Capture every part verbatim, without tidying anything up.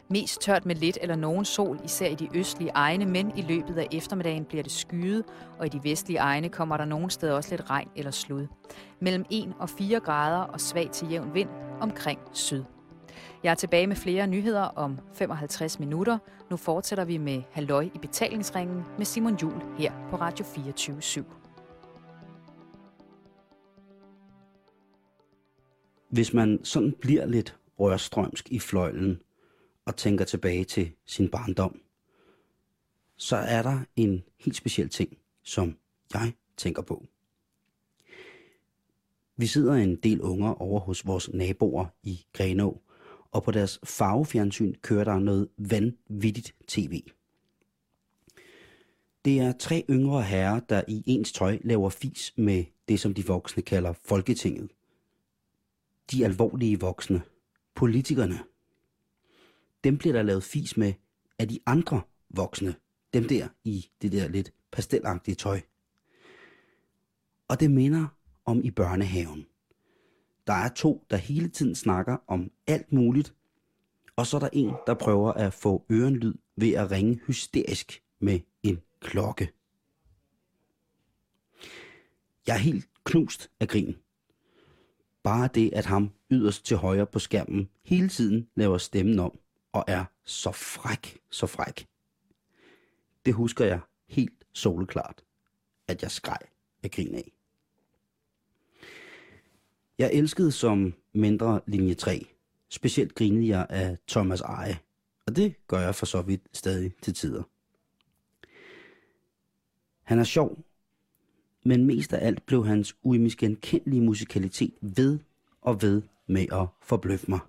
Mest tørt med lidt eller nogen sol, især i de østlige egne, men i løbet af eftermiddagen bliver det skyet, og i de vestlige egne kommer der nogle steder også lidt regn eller slud. Mellem en og fire grader og svag til jævn vind omkring syd. Jeg er tilbage med flere nyheder om femoghalvtreds minutter. Nu fortsætter vi med Halløj i betalingsringen med Simon Juhl her på Radio fireogtyve syv. Hvis man sådan bliver lidt rørstrømsk i fløjlen og tænker tilbage til sin barndom, så er der en helt speciel ting, som jeg tænker på. Vi sidder en del unger over hos vores naboer i Grenå, og på deres farvefjernsyn kører der noget vanvittigt tv. Det er tre yngre herrer, der i ens tøj laver fis med det, som de voksne kalder Folketinget. De alvorlige voksne, politikerne, dem bliver der lavet fis med af de andre voksne, dem der i det der lidt pastelagtige tøj. Og det minder om i børnehaven. Der er to, der hele tiden snakker om alt muligt, og så er der en, der prøver at få ørenlyd ved at ringe hysterisk med en klokke. Jeg er helt knust af grin. Bare det, at ham yderst til højre på skærmen hele tiden laver stemmen om og er så fræk, så fræk. Det husker jeg helt soleklart, at jeg skreg af grin af. Jeg elskede som mindre linje tre. Specielt grinede jeg af Thomas Eje, og det gør jeg for så vidt stadig til tider. Han er sjov, men mest af alt blev hans uimiskendelige musikalitet ved og ved med at forbløffe mig.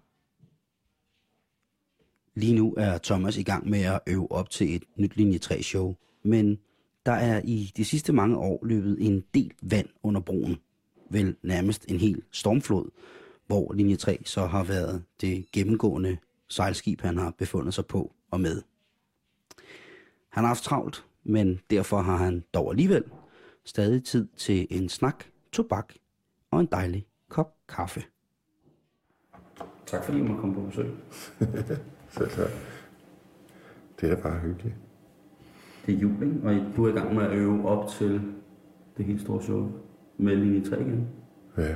Lige nu er Thomas i gang med at øve op til et nyt linje tre show, men der er i de sidste mange år løbet en del vand under broen. Vel nærmest en hel stormflod, hvor linje tre så har været det gennemgående sejlskib, han har befundet sig på og med. Han har haft travlt, men derfor har han dog alligevel stadig tid til en snak, tobak og en dejlig kop kaffe. Tak fordi I måtte komme på besøg. Selv tak. Det er da bare hyggeligt. Det er jul, ikke? Og du er i gang med at øve op til det helt store show med linje tre igen. Ja.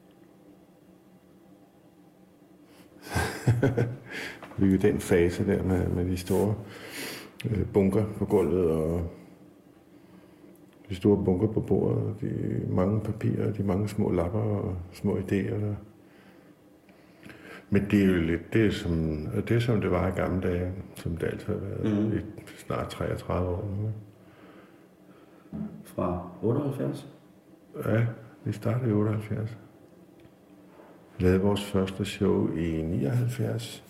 Vi er i den fase der med, med de store øh, bunker på gulvet og de store bunker på bordet, de mange papirer, de mange små lapper og små idéer. Der. Men det er jo lidt det, som det, er, som det var i gamle dage, som det altid har været mm. i snart treogtredive år nu. Fra otteoghalvfjerds? Ja, vi startede i otteoghalvfjerds. Vi lavede vores første show i nioghalvfjerds.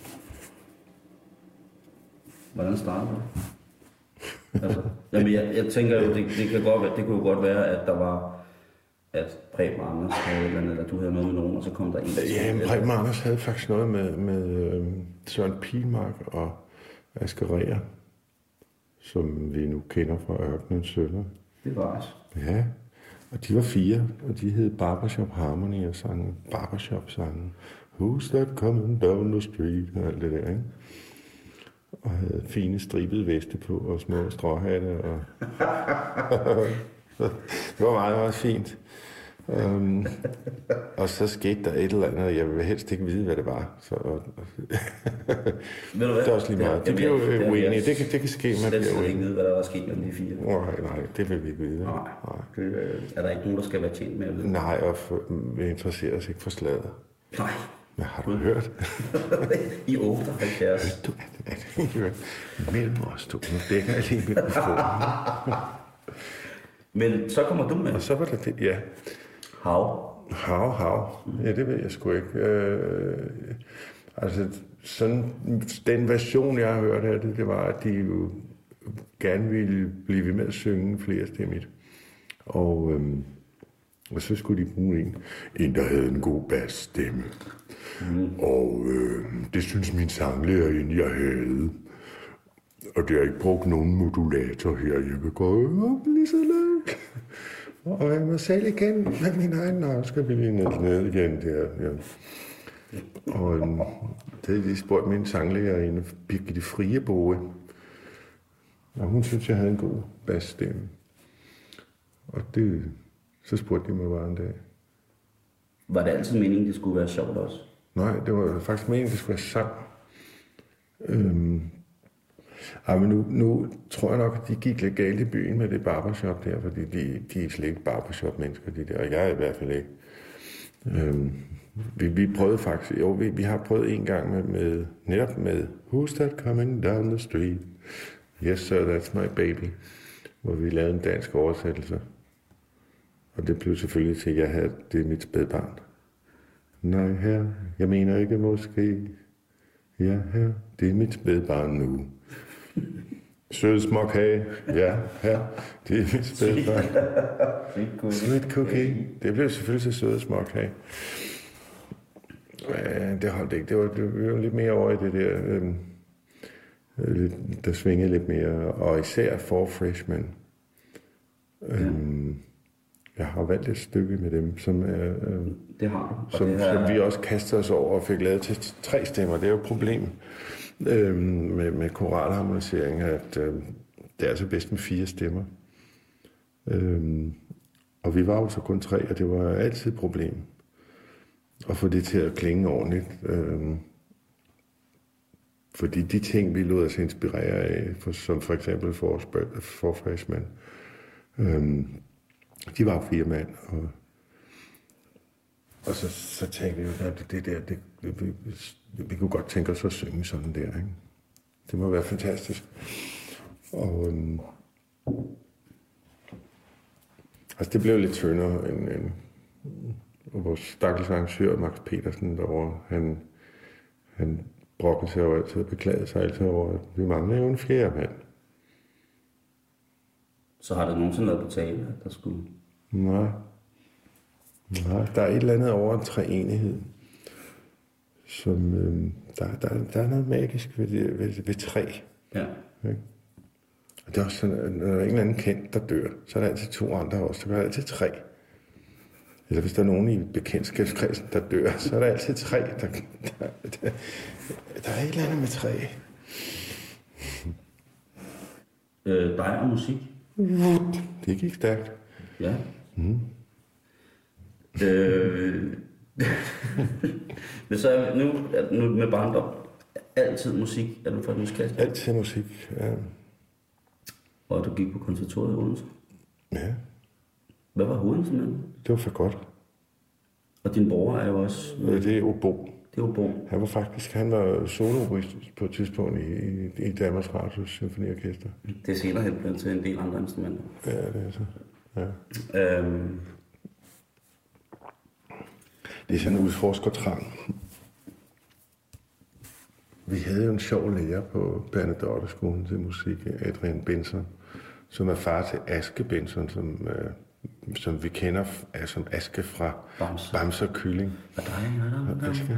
Hvordan startede det? altså, jamen jeg, jeg tænker jo, det, det, kan godt være, det kunne jo godt være, at der var, at Preben Anders havde eller, eller du havde noget med nogen, og så kom der en. Ja, men Preben Anders havde faktisk noget med, med øh, Søren Pilmark og Asger Reher, som vi nu kender fra Ørkenens Sønner. Det var også. Ja, og de var fire, og de hed Barbershop Harmony og sang Barbershop-sangen. Who's that coming down the street? Og alt det der, ikke? Og havde fine stribede veste på og små stråhatte. Og det var meget, meget fint. Um, og så skete der et eller andet, og jeg ville helst ikke vide, hvad det var. Så, og, det er også lige meget. Det bliver jo uenige. Det kan, det kan ske, man bliver uenige. ikke vide, hvad der var sket mellem de fire. Nej, nej, det vil vi ikke vide. Nej, nej. Er der ikke nogen, der skal være tjent med at vide? Nej, og for, vi interesserer os ikke for sladder. Nej. Hvad har du hørt? I otteoghalvfjerds. Du er det hørt. Mellem os to. Nu dækker jeg lige mikrofonen. Men så kommer du med. Og så var det det, ja. Hav. Hav, hav. Ja, det ved jeg sgu ikke. Øh, altså, sådan, den version, jeg har hørt af det, det var, at de jo gerne ville blive ved med at synge flerstemmigt. Og, øhm, og så skulle de bruge en, en der havde en god bassstemme. Mm. Og øh, det synes min sanglærer egentlig, jeg havde. Og det har ikke brugt nogen modulator her. Jeg vil gå op lige så langt. Og jeg må selv igen med min egen navn, skal vi lige ned, ned igen der. Ja. Og øhm, det havde de spurgt min sanglærerinde, Birgitte Frieboe. Og hun synes, jeg havde en god basstemme. Og det, så spurgte de mig bare en dag. Var det altid meningen, det skulle være sjovt også? Nej, det var faktisk meningen, det skulle være sang. Øhm, ej, men nu, nu tror jeg nok, at de gik lidt galt i byen med det barbershop der, fordi de, de er slet ikke barbershop-mennesker, de der, og jeg er i hvert fald ikke. Øhm, vi, vi prøvede faktisk, jo, vi, vi har prøvet en gang med, med netop med Who's That Coming Down the Street? Yes, sir, that's my baby. Hvor vi lavede en dansk oversættelse. Og det blev selvfølgelig til, at jeg havde, det er mit spædbarn. Nej, her, jeg mener ikke måske. Ja, her, det er mit spædbarn nu. Søde småkage. Ja, her, det er mit spædbarn. Sweet cookie. Det blev selvfølgelig til søde småkage. Ja, det holdt ikke. Det var, det var lidt mere over i det der, øhm, der svingede lidt mere. Og især for freshmen. Ja. Øhm, jeg har valgt et stykke med dem, som er, øh, det har som, det her... som vi også kastede os over og fik lavet til tre stemmer. Det er jo et problem øh, med, med koralharmonisering, at øh, det er altså bedst med fire stemmer. Øh, og vi var jo så kun tre, og det var altid et problem at få det til at klinge ordentligt. Øh, fordi de ting, vi lod os inspirere af, for, som for eksempel for, for freshman, øh, de var fire mand, og, og så, så tænkte vi jo, at det, det der, det, vi, vi, vi kunne godt tænke os at synge sådan der, ikke? Det må være fantastisk. Og øhm, altså det blev lidt tyndere end, end og vores stakkels arrangør, Max Petersen derovre, han, han brokkede sig jo altid og beklagede sig altid over, at vi mangler jo en fjerde mand. Så har det nogensinde været på tale, at der skulle... Nej. Nej, der er et eller andet over en treenighed, som... Øh, der, der, der er noget magisk ved, det, ved, ved tre. Ja. Ikke? Og det er også sådan, at når der er en eller anden kendt, der dør, så er der altid to andre også. Der er altid tre. Eller hvis der er nogen i bekendtskabskredsen, der dør, så er der altid tre. Der, der, der, der er et eller andet med tre. Øh, dig og musik? Det gik stærkt. Ja. Mm. øh, men så er nu, nu med barndom, altid musik, er du fra et musikalsk? Altid musik, ja. Og du gik på konservatoriet i Odense? Ja. Hvad var hovedinstrumentet? Det var for godt. Og din bror er jo også... Øh, det er obo. Det er obo. Han var faktisk, han var soloist på et tidspunkt i, i, i Danmarks Radios Symfoniorkester. Det er senere hen blevet til en del andre instrumenter. Ja, det er så. Ja. Øhm. Det er sådan en udforskertrang. Vi havde jo en sjov lærer på Bernadotte-skolen til musik, Adrian Benson, som er far til Aske Benson, som, øh, som vi kender er som Aske fra Bamse, Bamse og Kylling. Og dig, Aske.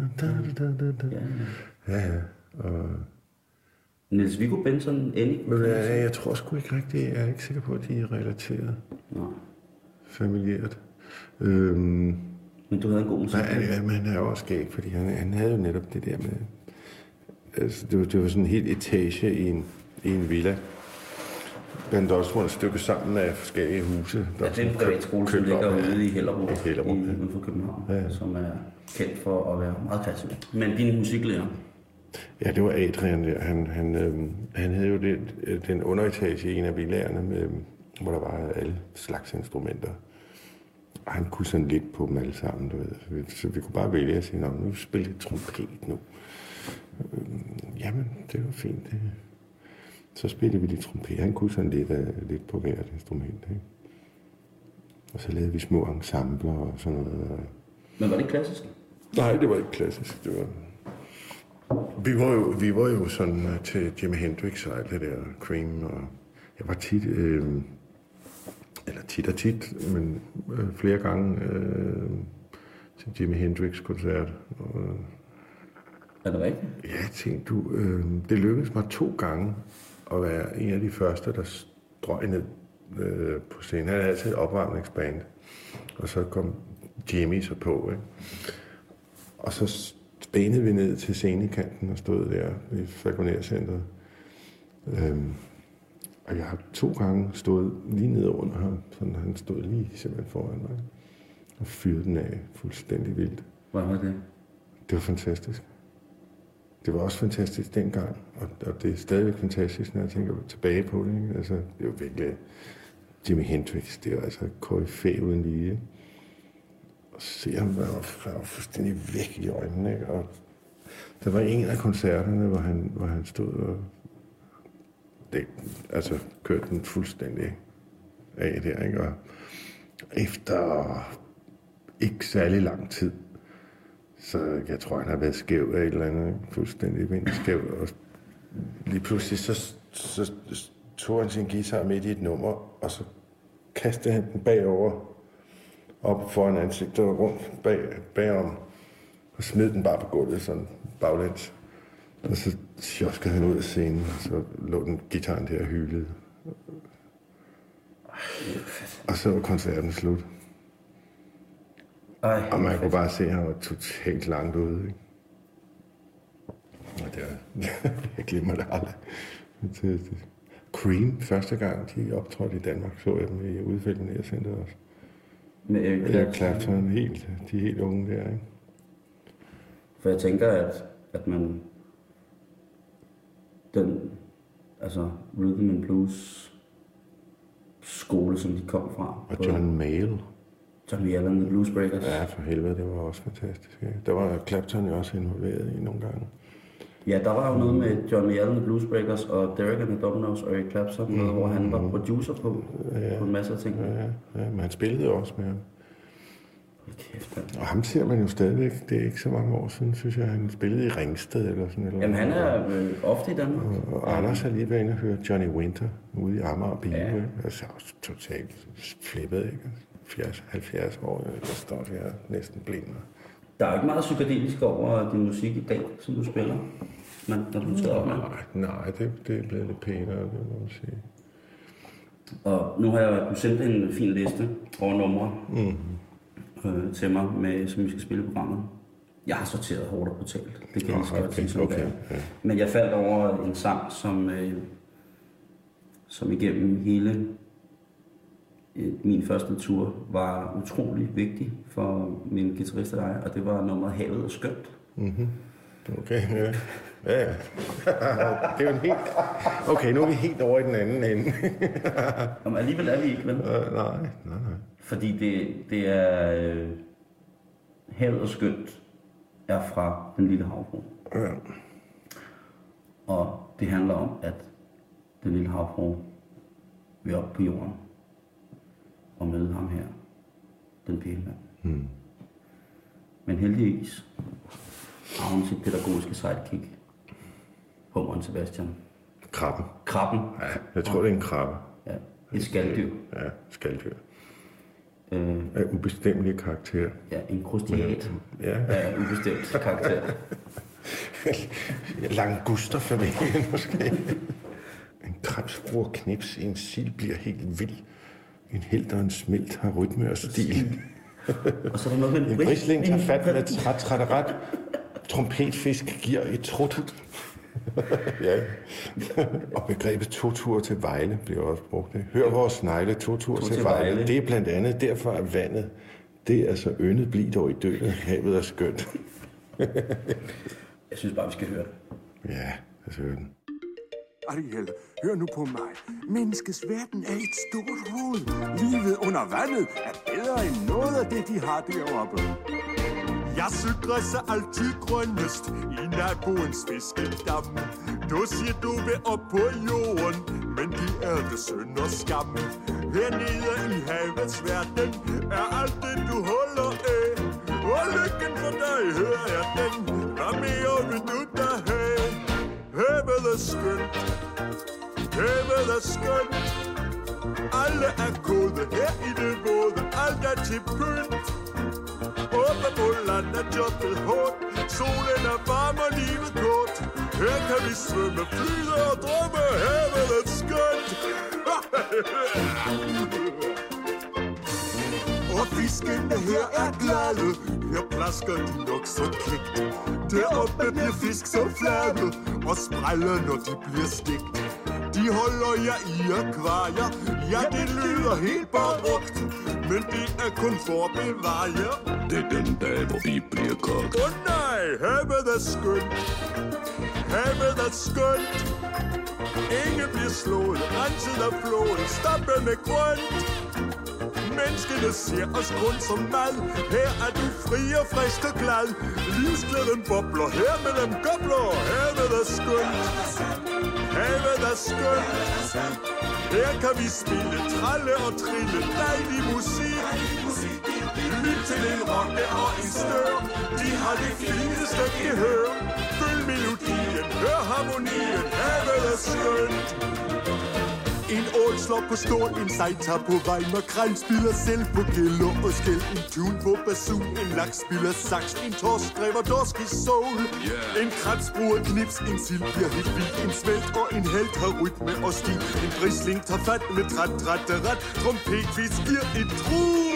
Ja, ja. Og Niels Viggo Benson, Annie? Men jeg, jeg tror sgu ikke rigtigt, jeg er ikke sikker på, at de er relateret. Nej. Familiært. Øhm, Men du havde en god musik? Nej, ja, men han er jo også skæg, fordi han, han havde jo netop det der med... Altså, det var, det var sådan en helt etage i en, i en villa. Men der også var et stykke sammen af forskellige huse. Der ja, det er en privatskole, som ligger ja. ude i Hellerup, I Hellerup, ja. uden for København, ja. Som er kendt for at være meget kreativ. Men din musiklærer? Ja, det var Adrian der. Han, han, øhm, han havde jo det, den underetage i en af villaerne, med, hvor der var alle slags instrumenter. Og han kunne sådan lidt på dem alle sammen, du ved. Så vi kunne bare vælge at sige, nu spiller jeg trompet nu. Øhm, jamen, det var fint. Det. Så spillede vi lidt trompet. Han kunne sådan lidt, uh, lidt på hvert instrument. Ikke? Og så lavede vi små ensembler og sådan noget. Men var det klassisk? Nej, det var ikke klassisk. Det var... Vi var jo, vi var jo sådan uh, til Jimi Hendrix og alt det der, Cream. Og jeg var tit, øh, eller tit og tit, men øh, flere gange øh, til Jimi Hendrix-koncert. Og, er det rigtigt? ja, tænkte du, øh, det lykkedes mig to gange at være en af de første, der strøg ned øh, på scenen. Han havde altid et opvarmningsband, og så kom Jimmy så på, ikke? Og så spænede vi ned til scenekanten og stod der i Falconer-centret. Øhm, og jeg har to gange stået lige nede under ham, så han stod lige simpelthen foran mig. Og fyrede den af fuldstændig vildt. Hvordan var det? Det var fantastisk. Det var også fantastisk dengang, og, og det er stadigvæk fantastisk, når jeg tænker tilbage på det. Ikke? Altså, det var virkelig Jimi Hendrix, det var altså koryfæ uden lige. Ikke? Og se ham, der var, var fuldstændig væk i øjnene. Ikke? Og der var en af koncerterne, hvor han, hvor han stod og det, altså, kørte den fuldstændig af der. Ikke? Og efter ikke særlig lang tid, så jeg tror, han har været skæv af et eller andet, fuldstændig vindskæv. Og lige pludselig så, så tog han sin guitar midt i et nummer, og så kastede han den bagover, op foran ansigtet og rundt bag, bagom, og smed den bare på gulvet, sådan baglæns. Og så sjoskede han ud af scenen, og så lå den guitaren der og hylede. Og så var koncerten slut. Ej, og man kunne bare se, at han var totalt langt ude. Ikke? Og det var, jeg glemmer det aldrig. Cream, første gang de optrådte i Danmark, så jeg dem i udfælden-centret også. Med Eric Clapton. Clapton, helt, de helt unge der, ikke? For jeg tænker, at, at man... Den, altså Rhythm and Blues skole, som de kom fra. Og John Mayall. John Mayall and the Blues Breakers. Ja, for helvede, det var også fantastisk. Ja. Der var Clapton jo også involveret i nogle gange. Ja, der var jo noget med John Mayall and the Blues Breakers og Derek and the Dominos og Eric Clapton, mm-hmm. hvor han var producer på, ja, på en masse af ting. Ja, ja, men han spillede også med ham. Kæft, man. Og ham ser man jo stadigvæk. Det er ikke så mange år siden, synes jeg, han spillede i Ringsted eller sådan noget. Jamen, han er øh, ofte i Danmark. Og, og Anders har lige været inde og høre Johnny Winter ude i Amager Bio. Ja. Altså, totalt flippet, ikke? firs, halvfjerds år, der står der næsten blind. Der er ikke meget psykedelisk over din musik i dag, som du spiller, men når du tager op med. Nej, nej det, det er blevet lidt pænere, det må man sige. Og nu har jeg sendt en fin liste over numre mm-hmm. øh, til mig, med, som vi skal spille i programmet. Jeg har sorteret hårdt og brutalt. Det kan jeg oh, godt sige, okay, okay, ja. Men jeg faldt over en sang, som, øh, som igennem hele øh, min første tur var utrolig vigtig for min guitarist og dig, og det var nummeret Havet er skønt. Mm-hmm. Okay, ja. Ja, ja. Det er jo en helt... Okay, nu er vi helt over i den anden ende. Jamen, alligevel er vi ikke, vel? Uh, nej, nej, nej. Fordi det, det er... Øh, Havet er skønt er fra Den Lille Havfrue. Ja. Og det handler om, at Den Lille Havfrue vil op på jorden og møde ham her, den pæne mand. Hmm. Men heldigvis har hun sit pædagogiske sidekick, Hummeren Sebastian. Krabben. Krabben. Ja, jeg tror, det er en krabbe. Ja, et skalddyr. Ja, skalddyr. Øh, Af ubestemmelig karakter. Ja, en krustiat. Ja. Af ubestemt karakter. Langusterfamilien måske. En krebs bruger knips, en sild bliver helt vild. En helt og en smelt har rytme og stil. Og så er der noget med en, en brisling tager fat med træt, træt, ret. Trompetfisk giver et trut. Ja. Og begrebet to-tur til Vejle bliver også brugt. Hør vores snegle, to-tur to til, til Vejle. Vejle. Det er blandt andet derfor, at vandet, det er så yndet blidt over i døden. Havet er skønt. Jeg synes bare, vi skal høre det. Ja, lad os høre den. Ariel, hør nu på mig. Menneskets verden er et stort rod. Livet under vandet er bedre end noget af det, de har deroppe. Jeg cykler så altid grønnest i naboens fiskedam. Nu siger du vil op på jorden, men det er det synd og skam. Hernede i havets verden er alt det, du holder af. Og lykken for dig hører jeg den. Hvad mere vil du da have? Havet er skønt. Havet er skønt. Alle er gode her i det våde. Alt er til pynt. Åbne på land er jobbet hårdt. Solen er varm og livet kort. Her kan vi svømme, flyde og drømme. Havet er skønt. Og vi fiskene her er glade. Her plasker de nok så kægt. Deroppe bliver fisk så flade og spræller, når de bliver stegt. De holder jeg i akvarier. Ja, det lyder helt barugt, men det er kun for at bevare. Det er den dag, hvor vi bliver kogt. Åh oh, nej, havet er skønt. Havet er skønt. Ingen bliver slået, renset af floden, stoppende grønt. Menneskene ser os kun som mad. Her er du fri og frisk og glad. Livsglæden bobler her mellem gobler. Havet er skønt. Havet er skønt. Her kan vi spille, tralle og trille dejlig musik. Lyt til en rocke og en stør. De har det fineste gehør. Følg melodien, hør harmonien. Havet er skønt. En ål slår på stål, en sej tager på vej. Makrel spiller selv på gælder og skæld. En tun på basun, en laks spiller sax. En torsk driver dorsk i soul. Yeah. En krebs bruger knips, en sild bliver helt vild. En svælt og en helt har rytme og stil. En brisling tager fat med træt, træt, ret. Trompetvis giver et trut.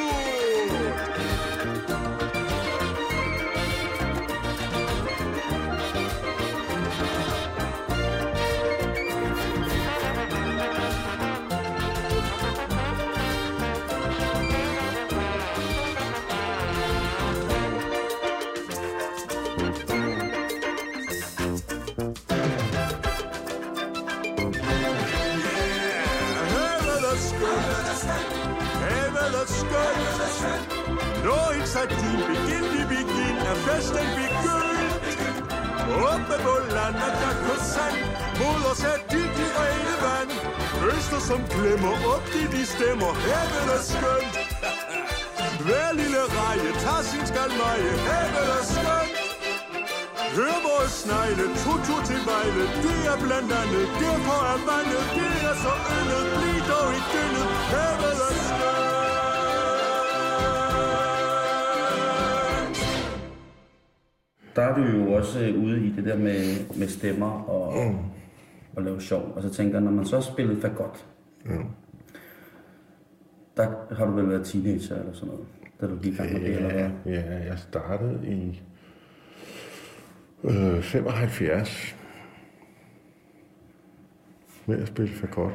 Din begin, vi begin, er festen begyndt. Oppe på landet, der går sand. Mod os er dybt i rene vand. Øster som klemmer, op de de stemmer. Havet er skønt. Hver lille reje tager sin skalmeje. Havet er skønt. Hør vores snegle, to-to til Vejle. Det er blandt andet, derfor er vandet. Det er så yndet, bliv dog i dyndet. Havet er skønt. Der er du jo også ude i det der med, med stemmer og, mm. og lave sjov. Og så tænker jeg, når man så spiller fagot, mm. der har du vel været teenager eller sådan noget, da du gik i gang med det, eller hvad? Ja, jeg startede i øh, femoghalvfjerds med at spille fagot.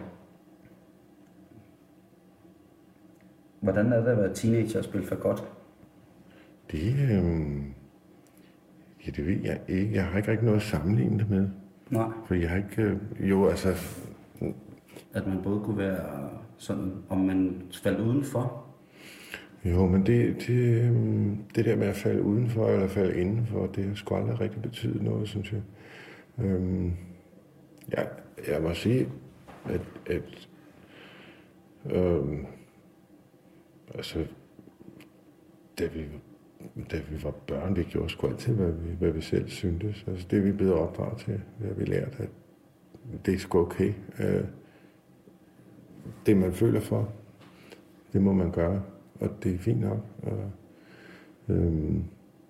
Hvordan er det at være teenager og spille fagot? Det øh... Ja, det ved jeg ikke. Jeg har ikke rigtig noget at sammenligne det med. Nej. For jeg har ikke... Jo, altså... At man både kunne være sådan, om man faldt udenfor? Jo, men det, det, det der med at falde udenfor eller falde indenfor, det har sgu aldrig rigtig betydet noget, synes jeg. Øhm, jeg, jeg må sige, at... at øhm, altså... Da vi Da vi var børn, vi gjorde sgu altid, hvad vi, hvad vi selv syntes. Altså, det er vi blevet opdraget til. Det har vi lært, at det er sgu okay. Uh, det, man føler for, det må man gøre, og det er fint nok. Og, um,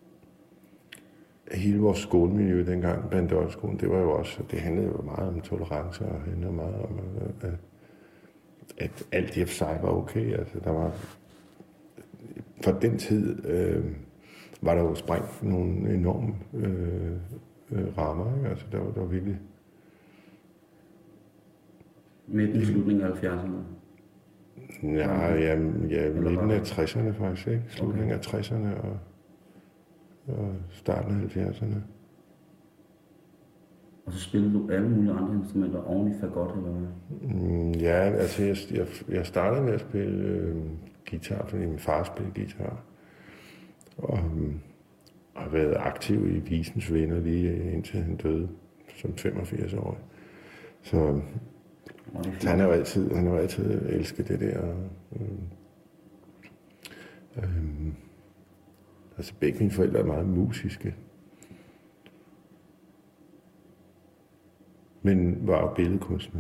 hele vores skolemiljø dengang, Bandøjskolen, det var jo også, det handlede jo meget om tolerance, og handlede meget om, at, at alt i sig var okay. Altså, der var... For den tid øh, var der jo sprængt nogle enorme øh, øh, rammer, ikke? Altså, der var, der var virkelig... Midt i slutningen af halvfjerdserne? Ja, ja, ja midten af tresserne faktisk, ikke? Slutningen okay. af tresserne og, og starten af halvfjerdserne. Og så spillede du alle mulige andre instrumenter oven i fagot, eller hvad? Mm, ja, altså jeg, jeg, jeg startede med at spille øh, guitar, fordi min far spillede guitar. Og øh, har været aktiv i Visens Venner lige indtil han døde som femogfirs-årig. Så, så han har jo altid, han har jo altid elsket det der. Øh, øh, altså begge mine forældre er meget musiske. Men var billedkunstner.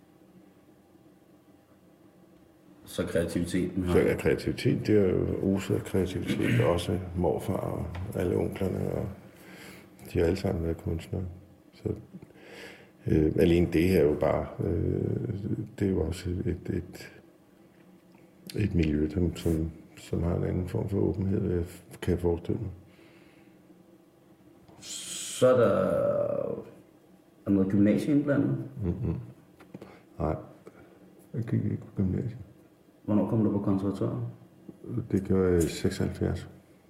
Så kreativiteten har... Så er kreativitet, det er jo oset af kreativitet, også morfar og alle onklerne, og de har alle sammen været kunstnere. Så øh, alene det her er jo bare, øh, det er jo også et, et, et miljø, som, som, som har en anden form for åbenhed, kan jeg forestille mig. Så er der, er noget gymnasie indblandet? Mm-hmm. Nej, jeg gik ikke på gymnasiet. Hvornår kom du på konservatoriet? Det gjorde jeg i seksoghalvfjerds.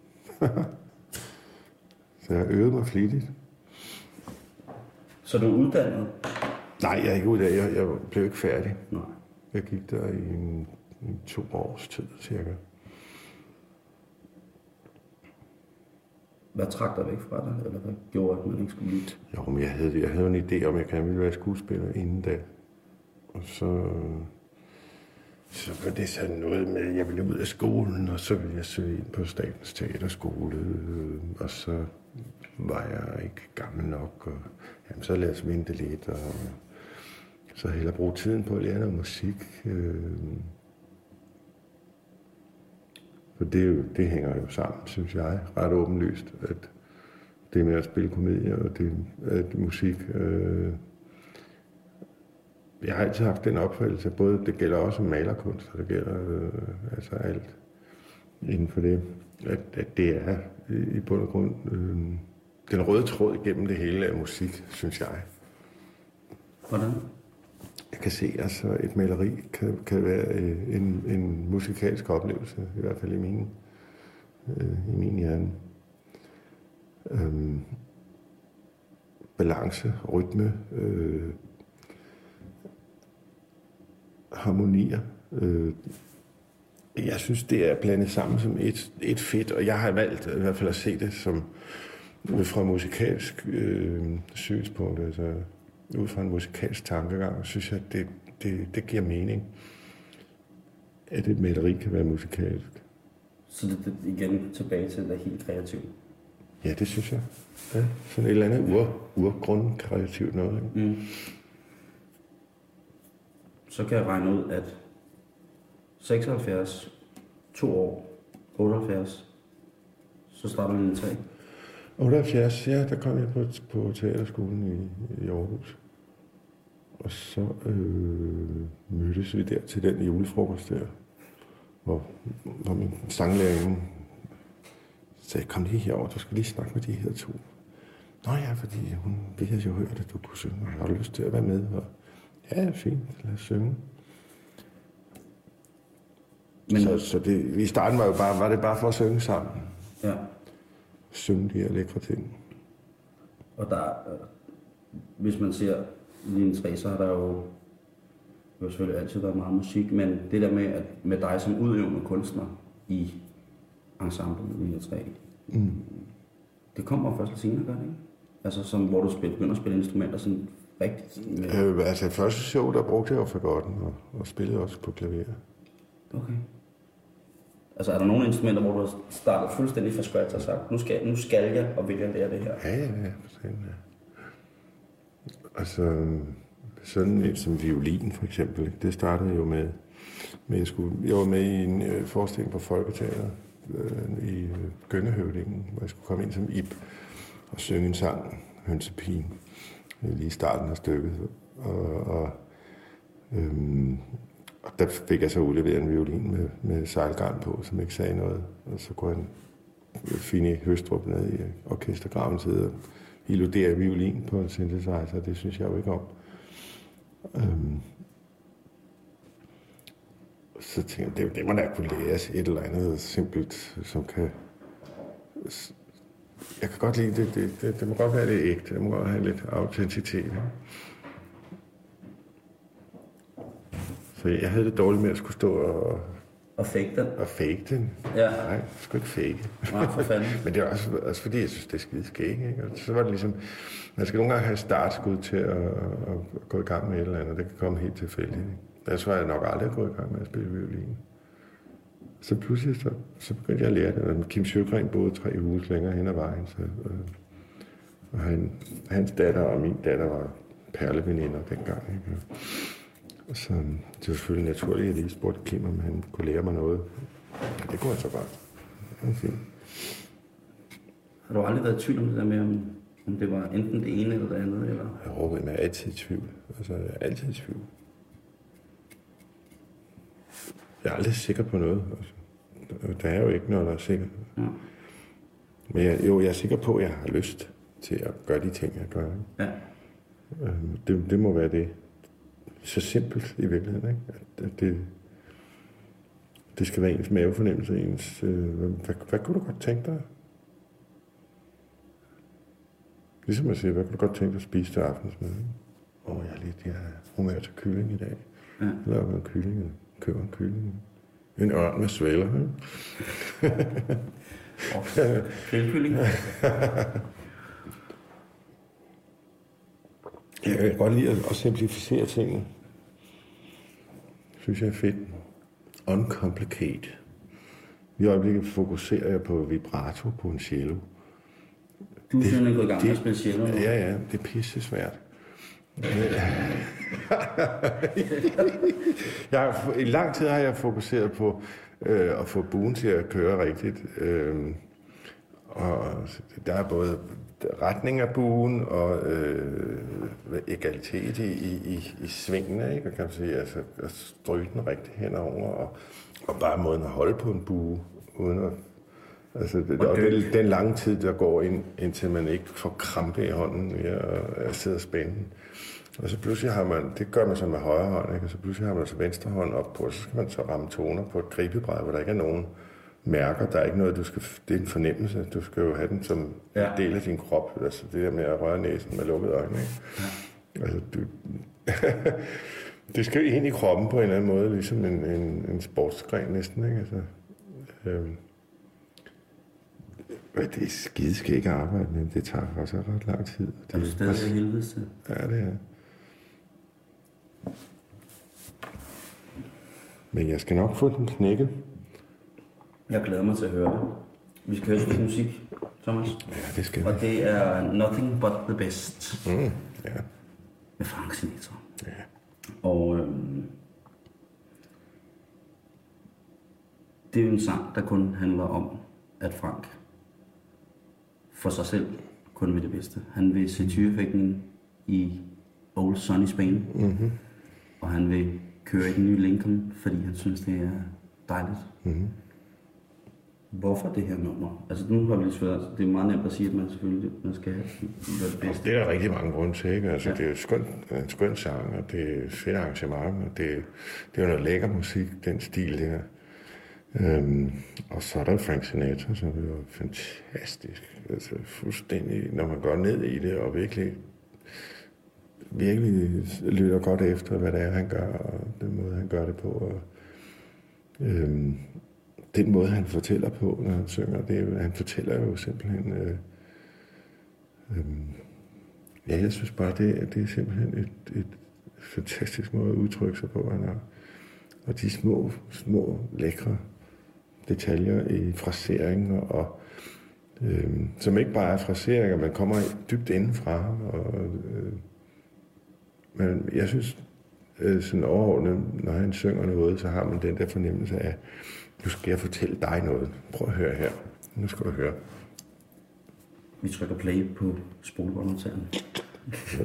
Så jeg øvede mig flittigt. Så du er uddannet? Nej, jeg er ikke uddannet. Jeg, jeg blev ikke færdig. Nej. Jeg gik der i en, en to års tid, cirka. Hvad trak dig væk fra dig, eller hvad gjorde, at man ikke skulle blive? Jo, men jeg havde, jeg havde en idé om, at jeg gerne ville være skuespiller inden da. Og så, så var det sådan noget med, at jeg ville ud af skolen, og så ville jeg søge ind på Statens Teaterskole. Og så var jeg ikke gammel nok, og jamen, så lad os vente lidt, og så hellere bruge tiden på at lære noget musik. For det, er jo, det hænger jo sammen, synes jeg, ret åbenlyst, at det med at spille komedier og det at musik. Øh, jeg har altid haft den opfattelse, at både det gælder også malerkunst, og det gælder øh, altså alt inden for det, at, at det er i, i bund og grund øh, den røde tråd igennem det hele af musik, synes jeg. Hvordan? Jeg kan se, at altså, et maleri kan, kan være en, en musikalsk oplevelse, i hvert fald i min, øh, i min hjerne. Øhm, balance, rytme, øh, harmonier. Øh, jeg synes, det er blandet sammen som et, et fedt, og jeg har valgt i hvert fald at se det som fra musikalsk øh, synspunkt, altså ud fra en musikalsk tankegang, synes jeg, at det, det, det giver mening, at et maleri kan være musikalsk. Så det, det igen tilbage til det helt kreativt? Ja, det synes jeg. Ja, sådan et eller andet ur, urgrundkreativt noget. Ikke? Mm. Så kan jeg regne ud, at seksoghalvfjerds, to år, otteoghalvfjerds, så starter man i tre. otteoghalvfjerds, ja, der kom jeg på, på teaterskolen i, i Aarhus. Og så øh, mødtes vi der til den julefrokost der, hvor, hvor min sanglærerinde sagde, kom lige herover, du skal lige snakke med de her to. Nå ja, fordi hun, vi havde jo hørt, at du kunne synge, og har du lyst til at være med? Og, ja, fint, lad os synge. Men, så så det, i starten var, jo bare, var det bare for at synge sammen. Ja. Synge de her lækre ting. Og der, hvis man ser linje tre, så har der jo, jo selvfølgelig altid været meget musik, men det der med, at med dig som udøvende kunstner i ensemblet linje tre, mm. det kommer først lidt senere, gør det ikke? Altså, som, hvor du spiller, begynder at spille instrumenter sådan rigtigt? Med... Øh, altså, det første show, der brugte jeg jo fagotten og, og spillede også på klaver. Okay. Altså, er der nogle instrumenter, hvor du har startet fuldstændig fra scratch og sagt, nu skal, nu skal jeg, og vil jeg lære det her? Ja, ja, ja. Sådan, ja. Altså, sådan et som violin, for eksempel, det startede jo med, med jeg, skulle, jeg var med i en øh, forestilling på Folketeatret øh, i øh, Gøngehøvdingen, hvor jeg skulle komme ind som Ib og synge en sang, Hønsepigen, lige i starten af stykket. Og, og, øhm, og der fik jeg så udleveret en violin med, med sejlgarn på, som ikke sagde noget. Og så kunne han Fini Høstrup ned i orkestergraven sidde og illudere violin på en synthesizer. Det synes jeg jo ikke om. Øhm, så tænkte jeg, det, det må da kunne læres et eller andet simpelt, som kan... Jeg kan godt lide det. Det, det, det må godt være lidt ægte. Det må godt have lidt autenticitet. Ja? Så jeg havde det dårligt med at skulle stå og... Og fake den? Og fake den. Ja. Nej, jeg skulle ikke fake. Nej, for fanden. Men det er også, også fordi, jeg synes, det er skide skæg, ikke? Og så var det ligesom... Man skal nogle gange have startskud til at, at, at gå i gang med et eller andet. Det kan komme helt tilfældigt, ikke? Ellers var jeg nok aldrig gået i gang med at spille violin. Så pludselig så, så begyndte jeg at lære det. Kim Sjøgren boede tre huse længere hen ad vejen. Så, øh, og han, hans datter og min datter var perleveninder dengang. Ikke? Så det var selvfølgelig naturligt, at jeg lige spurgte Kim, om han kunne lære mig noget. Det kunne han så bare. Det var fint. Har du aldrig været i tvivl om det der med, om, om det var enten det ene eller det andet? Eller? Jo, men jeg er altid i tvivl. Altså, jeg er altid i tvivl. Jeg er aldrig sikker på noget. Altså. Der er jo ikke noget, der er sikkert. Ja. Men jeg, jo, jeg er sikker på, at jeg har lyst til at gøre de ting, jeg gør. Ja. Det, det må være det. Så simpelt i virkeligheden, ikke? At, at det, det skal være ens mavefornemmelse, ens... Øh, hvad, hvad kunne du godt tænke dig? Ligesom at sige, hvad kunne du godt tænke dig at spise til aftensmad? Åh, oh, jeg er lidt, jeg er humør til kylling i dag. Ja. Jeg laver en kylling, jeg køber en kylling. En ørn med svæler, ikke? Og grillkylling. Jeg kan godt lide at simplificere tingene. Synes jeg er fedt. Uncomplicate. I øjeblikket fokuserer jeg på vibrato på en cello. Du er simpelthen gået i gang med at spille cello? Ja, ja. Det er pisse svært. jeg har, I lang tid har jeg fokuseret på øh, at få buen til at køre rigtigt. Øh, og der er både retning af buen og øh, egalitet i, i, i svingene, ikke? Kan man sige, altså at stryge den rigtigt henover, og, og bare måden at holde på en bue, uden at, altså det, og det, den lange tid, der går ind, indtil man ikke får krampe i hånden ved at sidde og spænde. Og så pludselig har man, det gør man så med højre hånd, ikke? Og så pludselig har man så venstre hånd op på, og så skal man så ramme toner på et gribebræt, hvor der ikke er nogen mærker. Der er ikke noget, du skal, det er en fornemmelse. Du skal jo have den som ja. en del af din krop. Altså det der med at røre næsen med lukkede øjne. Ikke? Ja. Altså, du, det skal ind i kroppen på en eller anden måde, ligesom en, en, en sportsgren næsten. Ikke? Altså, øhm, det er skideskægt arbejde, men det tager også ret lang tid. Det er du stadig af helvede til? Ja, det er. Men jeg skal nok få den knækket. Jeg glæder mig til at høre det. Vi skal høre lidt musik, Thomas. Ja, det skal vi. Og det er Nothing But The Best. Mm, ja. Med Frank Sinatra. Ja. Og øhm, det er jo en sang, der kun handler om, at Frank for sig selv kun vil det bedste. Han vil se tyreeffekten i Old Sunny Spain. Mm-hmm. Og han vil køre i den nye Lincoln, fordi han synes, det er dejligt. Mm-hmm. Hvorfor det her nummer? Altså nu har vi lidt svært. Det er meget nemt at sige, at man selvfølgelig man skal have det bedste. Det er der rigtig mange grunde til, ikke? Altså, ja. Det er skønt, en skøn sang, og det er et fedt arrangement, og det, det er jo noget lækker musik, den stil der. Øhm, og så er der Frank Sinatra, som er jo fantastisk. Altså fuldstændig, når man går ned i det, og virkelig, virkelig lytter godt efter, hvad det er, han gør, og den måde, han gør det på. Og, øhm, den måde, han fortæller på, når han synger, det er jo, han fortæller jo simpelthen... Øh, øh, ja, jeg synes bare, det, det er simpelthen et, et fantastisk måde at udtrykke sig på, han har. Og de små, små, lækre detaljer i fraseringer, og, øh, som ikke bare er fraseringer, man kommer dybt indenfra. Og, øh, men jeg synes, øh, sådan overordnet, når han synger noget, så har man den der fornemmelse af, nu skal jeg fortælle dig noget. Prøv at høre her. Nu skal du høre. Vi trykker play på spolebåndoptageren. Ja.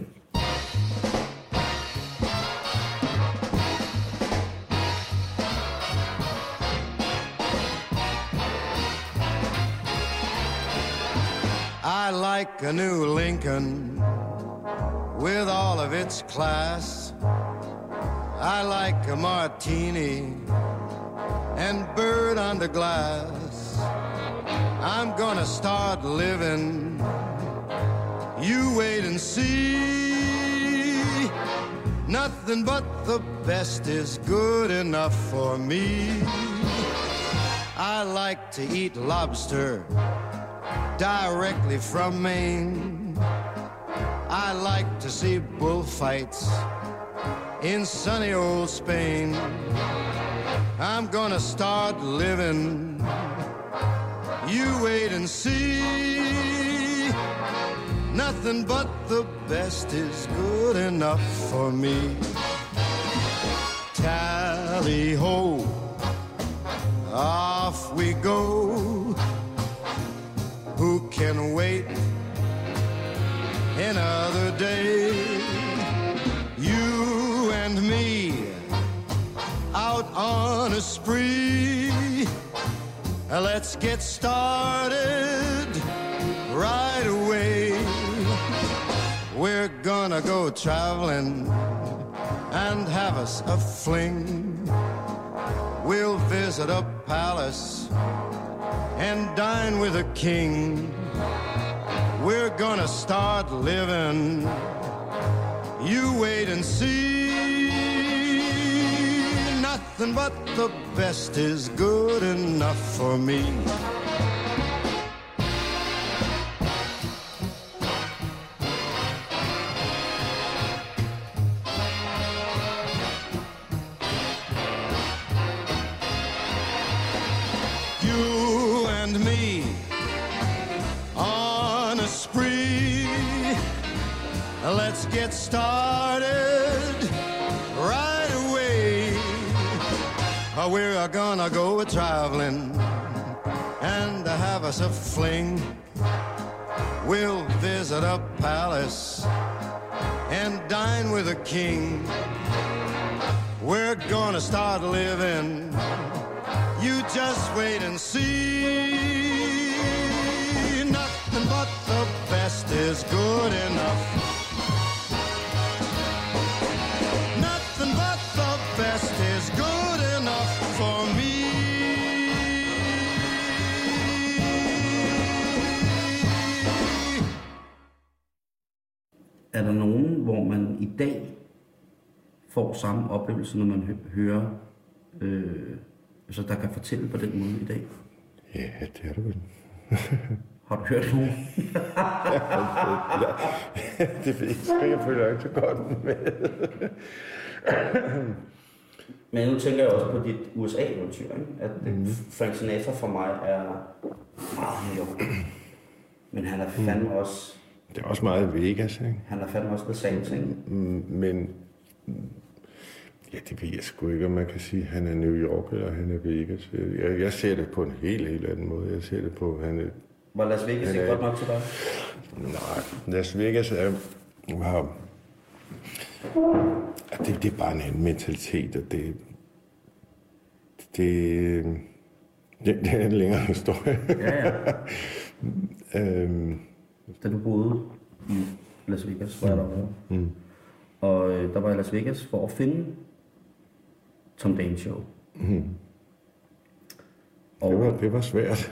I like a new Lincoln with all of its class. I like a martini and bird under glass. I'm gonna start living. You wait and see. Nothing but the best is good enough for me. I like to eat lobster directly from Maine. I like to see bullfights in sunny old Spain. I'm gonna start living. You wait and see. Nothing but the best is good enough for me. Tally-ho, off we go. Who can wait another day? You and me out on a spree. Let's get started right away. We're gonna go traveling and have us a fling. We'll visit a palace and dine with a king. We're gonna start living. You wait and see. Nothing but the best is good enough for me. You and me on a spree. Let's get started right away. We're gonna go traveling and have us a fling. We'll visit a palace and dine with a king. We're gonna start living. You just wait and see. Nothing but the best is good enough. Nothing but the best is good enough for me. Er der nogen, hvor man i dag får samme oplevelse, når man hø- hører, øh, altså der kan fortælle på den måde i dag? Ja, det er det vel. Har du hørt nogen? Ja, det ved jeg ikke. Jeg føler ikke så godt med. Men nu tænker jeg også på dit U S A-eventyr, ikke? At mm. Frank Sinatra for mig er meget New York. Men han er fandme mm. også... Det er også meget Vegas, ikke? Han er fandme også The Same Thing. Mm, men... Ja, det ved jeg sgu ikke, om man kan sige, at han er New York eller han er Vegas. Jeg, jeg ser det på en helt, helt anden måde. Jeg ser det på, han er... Var Las Vegas ikke godt nok til dig? Nej, Las Vegas er... Wow. Det, det er bare en anden mentalitet, og det... Det... Det, det er en længere historie. Ja, ja. øhm, Da du boede i Las Vegas, var jeg derovre. Mm. Og øh, der var jeg i Las Vegas for at finde Tom Dane Show. Mm. Og det, var, det var svært.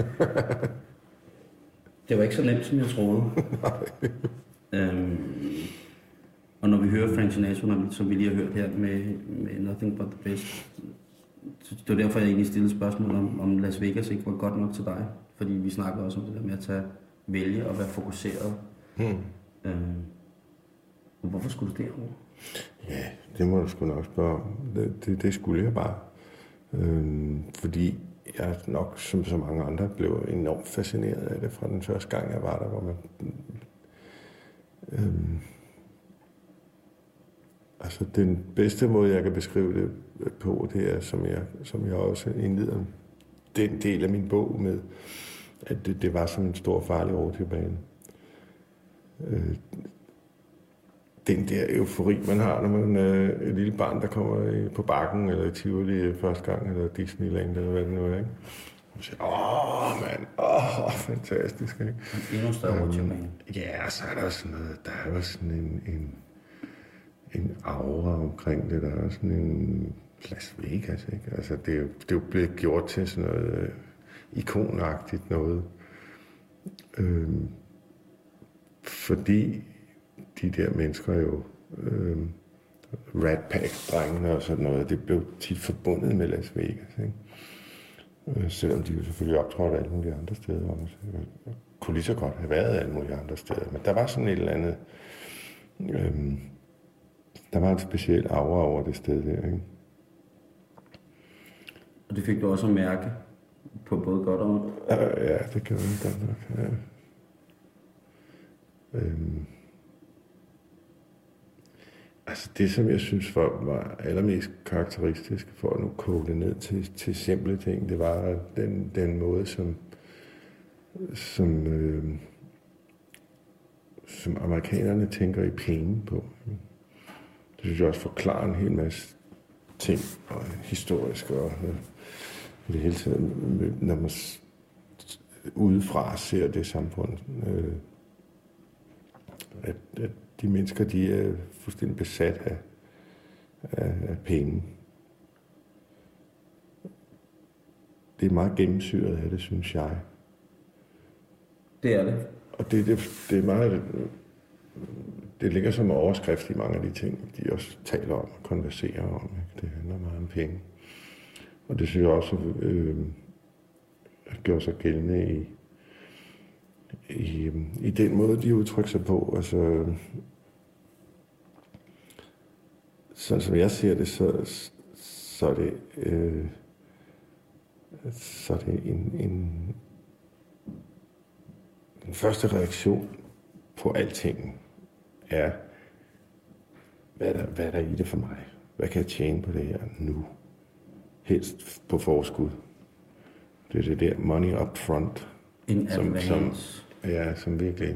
Det var ikke så nemt, som jeg troede. øhm, og når vi hører Frank Sinatra, som vi lige har hørt her med, med Nothing But The Best, det var derfor, jeg egentlig stillede spørgsmål om, om Las Vegas ikke var godt nok til dig. Fordi vi snakker også om det der med at tage, vælge og være fokuseret. Mm. Øhm, og hvorfor skulle du derovre? Ja, det må du sgu nok spørge om. Det, det, det skulle jeg bare. Øhm, fordi jeg nok, som så mange andre, blev enormt fascineret af det fra den første gang, jeg var der, hvor man... Øhm, altså, den bedste måde, jeg kan beskrive det på, det er, som jeg, som jeg også indleder den del af min bog med, at det, det var som en stor farlig roadtrip-bane. Øh, den der eufori, man har, når man er et lille barn, der kommer på Bakken, eller i Tivoli første gang, eller Disneyland, eller hvad det nu er, ikke? Og siger, åh, mand, åh, fantastisk, ikke? Endnu større roadtrip-bane. Um, ja, så er der sådan noget, der er jo sådan en, en, en aura omkring det, der er sådan en Las Vegas, ikke? Altså, det er jo, det er jo blevet gjort til sådan noget øh, ikonagtigt noget. Øhm, fordi de der mennesker jo, øh, Rat Pack-drengene og sådan noget, det blev tit forbundet med Las Vegas, ikke? Øh, selvom de jo selvfølgelig optrådte alle mulige andre steder også. Jeg kunne lige så godt have været alle mulige andre steder, men der var sådan et eller andet, øh, der var en speciel aura over det sted der, ikke? Og det fik du også at mærke på både godt og ondt? Ja, ja, det kan man godt nok, ja. Øhm. Altså det, som jeg synes var, var allermest karakteristisk for at nu koge det ned til, til simple ting, det var den, den måde, som, som, øh, som amerikanerne tænker i penge på. Det synes jeg også forklarer en hel masse ting, og historisk og det hele tiden, når man udefra ser det samfund, øh, at, at de mennesker, de er fuldstændig besat af, af, af penge. Det er meget gennemsyret af det, synes jeg. Det er det. Og det, det, det er meget... Det ligger som overskrift i mange af de ting, de også taler om og konverserer om. Ikke? Det handler meget om penge. Og det synes jeg også øh, gør sig gældende i, i, i den måde, de udtrykker sig på. Altså, sådan som jeg ser det, så, så er det, øh, så er det en, en den første reaktion på alting er, hvad er, der, hvad er der i det for mig? Hvad kan jeg tjene på det her nu? Helst på forskud. Det er det der money up front. En som, som, ja, som virkelig,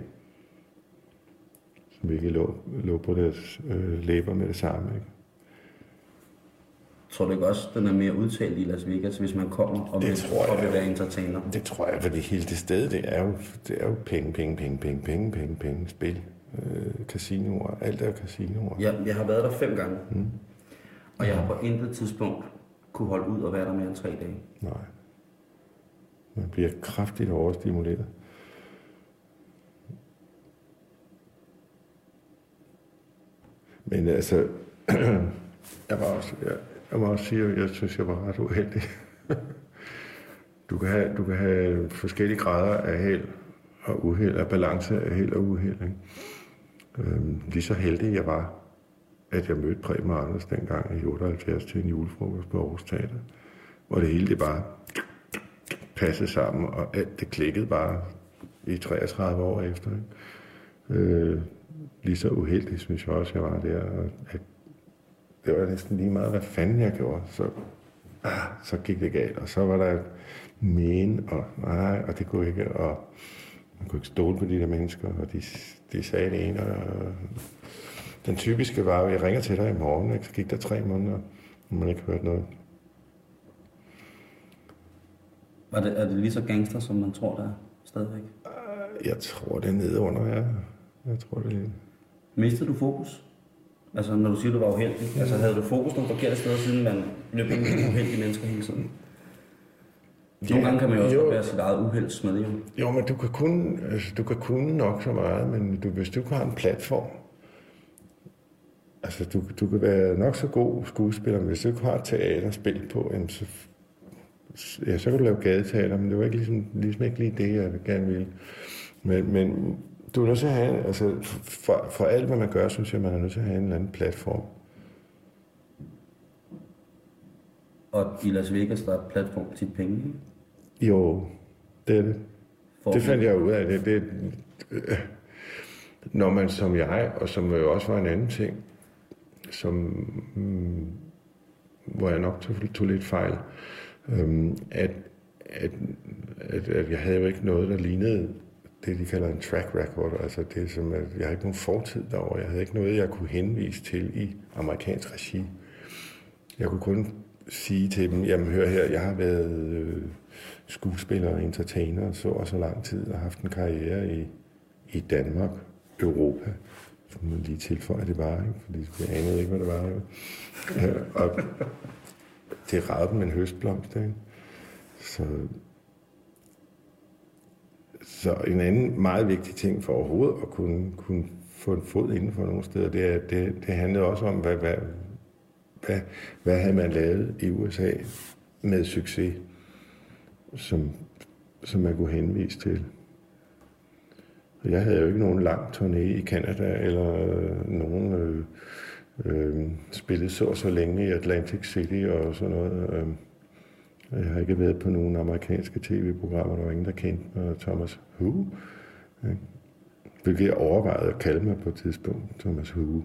som virkelig lå, lå på deres øh, læber med det samme. Ikke? Tror du ikke også, den er mere udtalt i Las Vegas, hvis man kommer og vil, og vil være entertainer? Det tror jeg, fordi hele det sted, det er jo, det er jo penge, penge, penge, penge, penge, penge, penge, spil, øh, casinoer, alt er casinoer. Ja, jeg har været der fem gange, mm. og jeg har på intet tidspunkt kunne holde ud og være der mere end tre dage. Nej. Man bliver kraftigt overstimuleret. Men altså, jeg, var også, jeg, jeg må også sige, at jeg synes, jeg var ret uheldig. Du kan have, du kan have forskellige grader af held og uheld, af balance af held og uheld. Ikke? Øhm, lige så heldig jeg var, at jeg mødte Preben Anders dengang i otteoghalvfjerds til en julefrokost på Aarhus Teater, hvor det hele det bare passede sammen, og alt det klikkede bare i treogtredive år efter. Ikke? Øh, lige så uheldig, synes jeg også, jeg var der. Og jeg, det var næsten lige meget, hvad fanden jeg gjorde. Så, ah, så gik det galt, og så var der et men, og nej, og det kunne ikke, og man kunne ikke stole på de der mennesker, og de, de sagde det ene, og den typiske var jo, jeg ringer til dig i morgen, ikke? Så gik der tre måneder, og man ikke hørte noget. Var det, er det lige så gangster, som man tror, der er stadigvæk? Jeg tror, det er nede under, ja. Jeg tror, det er lidt. Mistede du fokus? Altså, når du siger, du var uheldig. Mm. Altså, havde du fokus nogle forkerte steder, siden man løb ind med uheldige mennesker hele tiden? Nogle ja, gange kan man jo også jo, være sit eget uheldsmed, jo. Jo, men du kan kun, altså, du kan kunne nok så meget, men du, hvis du ikke har en platform, altså, du, du kan være nok så god skuespiller, men hvis du ikke har et teaterspil på, jamen, så, ja, så kan du lave gadeteater, men det var ikke ligesom, ligesom ikke lige det, jeg gerne ville. Men, men du er nødt til at have, altså, for, for alt, hvad man gør, synes jeg, man er nødt til at have en eller anden platform. Og i Las Vegas, der er platform til penge, ikke? Jo, det er det. For det fandt jeg ud af. Det, det, øh, når man som jeg, og som jo også var en anden ting, som, mm, hvor jeg nok tog, tog lidt fejl, øhm, at, at, at, at jeg havde jo ikke noget, der lignede det, de kalder en track record. Altså det, som, at jeg havde ikke nogen fortid derovre. Jeg havde ikke noget, jeg kunne henvise til i amerikansk regi. Jeg kunne kun sige til dem, jamen hør her, jeg har været øh, skuespiller og entertainer så og så lang tid og haft en karriere i, i Danmark, Europa. Så må man lige tilføje det bare, ikke? Fordi jeg anede ikke, hvad det var. Ikke? Ja, og det ragede dem en høstblomst, ikke? Så, så en anden meget vigtig ting for overhovedet at kunne, kunne få en fod inden for nogle steder, det, er, det, det handlede også om, hvad, hvad Hvad, hvad havde man lavet i U S A med succes, som, som man kunne henvise til. Og jeg havde jo ikke nogen lang turné i Canada, eller øh, nogen øh, øh, spillet så så længe i Atlantic City og sådan noget. Øh, jeg har ikke været på nogen amerikanske tv-programmer, der var ingen, der kendte mig. Thomas Hu. Øh, hvilket jeg overvejede at kalde mig på et tidspunkt. Thomas Hu.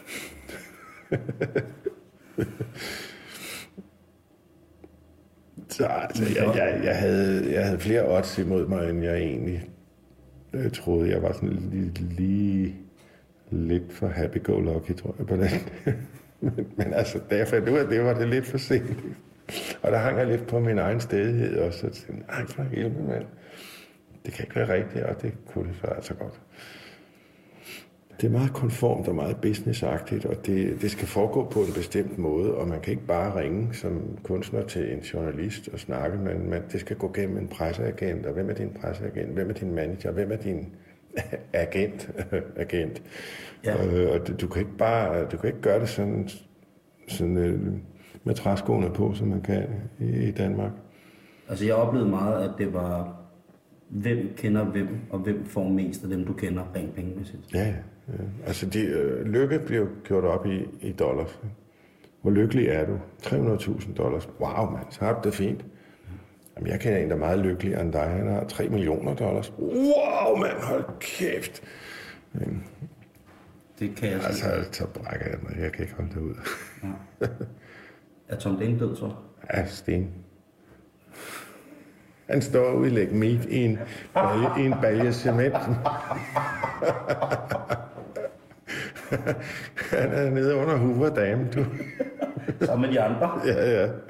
Så altså, jeg, jeg, jeg, havde, jeg havde flere odds imod mig, end jeg egentlig jeg troede. Jeg var sådan lige, lige lidt for happy-go-lucky, tror jeg, på den. men, men altså, da jeg fandt ud af, det var det lidt for sent. Og der hang jeg lidt på min egen stedighed også. Så tænkte jeg, ej for helvede, mand. Det kan ikke være rigtigt, og det kunne det så altså godt. Det er meget konformt og meget businessagtigt, og det, det skal foregå på en bestemt måde, og man kan ikke bare ringe som kunstner til en journalist og snakke, men man, det skal gå gennem en presseagent, og hvem er din presseagent, hvem er din manager, hvem er din agent, agent. Ja. Og, og du kan ikke bare, du kan ikke gøre det sådan, sådan med træskoene på, som man kan i, i Danmark. Altså jeg oplevede meget, at det var, hvem kender hvem, og hvem får mest af dem, du kender rent pengemæssigt. Ja, ja. Altså de, øh, lykke bliver gjort op i, i dollars. Hvor lykkelig er du? tre hundrede tusind dollars. Wow, mand, så har du det fint. Jamen, jeg kender en, der er meget lykkeligere end dig. Han har tre millioner dollars. Wow, mand, hold kæft. Men, det kan jeg altså, så brækker jeg mig. Jeg kan ikke holde det ud. Ja. Er Tom Dane død, så? Ja, sten. Han står ude i læg meat i en balje, i en balje cement. Han er nede under Hoover Dam, du. Sammen med de andre? Ja, ja.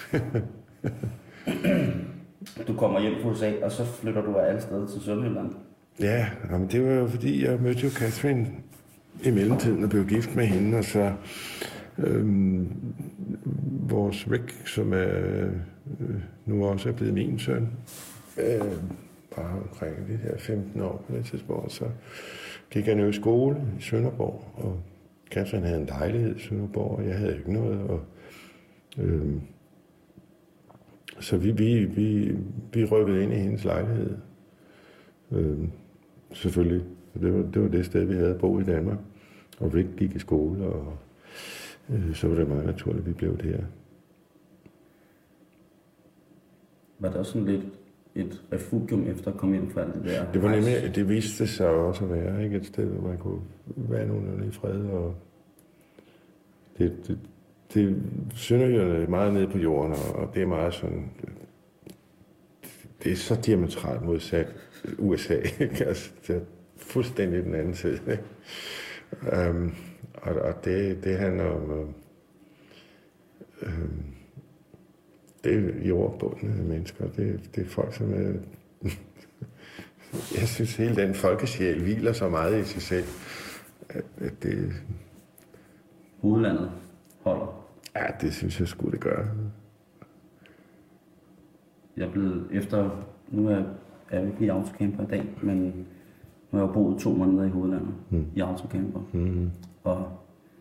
Du kommer hjem fra U S A, og så flytter du af alle steder til Sønderjylland? Ja, jamen det var jo fordi, jeg mødte jo Catherine i mellemtiden og blev gift med hende, og så øhm, vores Rick, som er, øh, nu også er blevet min søn, øh, bare omkring de her femten år på det tidspunkt, så gik jeg ned i skole i Sønderborg, og Catherine havde en lejlighed i Sønderborg, og jeg havde ikke noget, og øh, så vi, vi, vi, vi rykkede ind i hendes lejlighed. Øh, selvfølgelig. Det var, det var det sted, vi havde boet i Danmark. Og Rick gik i skole, og øh, så var det meget naturligt, at vi blev der. Var der også sådan lidt et refugium efter at komme hjem fra alt det der? Det var nemlig, det viste sig også at være, ikke? Et sted, hvor man kunne være nogenlunde i fred, og det, det, det Sønderjylland er meget nede på jorden, og det er meget sådan, det er så diametralt modsat U S A, ikke? Altså, det er fuldstændig den anden side, ikke? Um, og, og det, det handler om, um, det er jordbundne mennesker, det, det er folk, som er, jeg synes, hele den folkesjæl hviler så meget i sig selv, at, at det... Hovedlandet holder. Ja, det synes jeg skulle det gøre. Jeg er blevet efter, nu er jeg ikke i autocamper i dag, men nu har jeg boet to måneder i hovedlandet mm. i autocamper. Mm. Og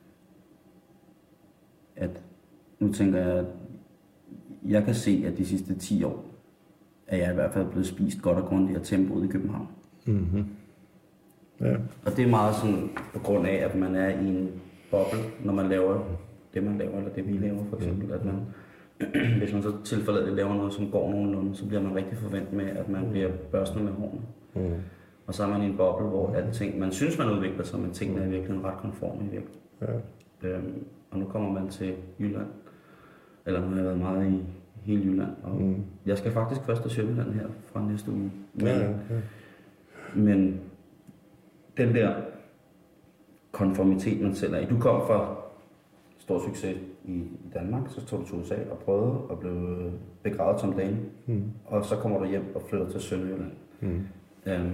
at nu tænker jeg, at jeg kan se, at de sidste ti år, er jeg i hvert fald blevet spist godt og grundigt af tempoet i København. Mm-hmm. Ja. Og det er meget sådan på grund af, at man er i en boble, når man laver det, man laver, eller det, vi laver for eksempel. Mm. At man, hvis man så tilforladeligt laver noget, som går nogenlunde, så bliver man rigtig forventet med, at man bliver børstet med hårene. Mm. Og så er man i en boble, hvor alting, man synes, man udvikler sig, men tingene er i virkeligheden ret konforme i virkeligheden. Ja. Øhm, og nu kommer man til Jylland, eller nu har jeg været meget i hele Jylland, og mm. jeg skal faktisk først til Sønderjylland her fra næste uge. Men, ja, ja. men den der konformitet, man selv er i. Du kom fra stor succes i Danmark, så tog du til U S A og prøvede og blev begravet som dame, mm. og så kommer du hjem og flytter til Sønderjylland. Mm. Øhm,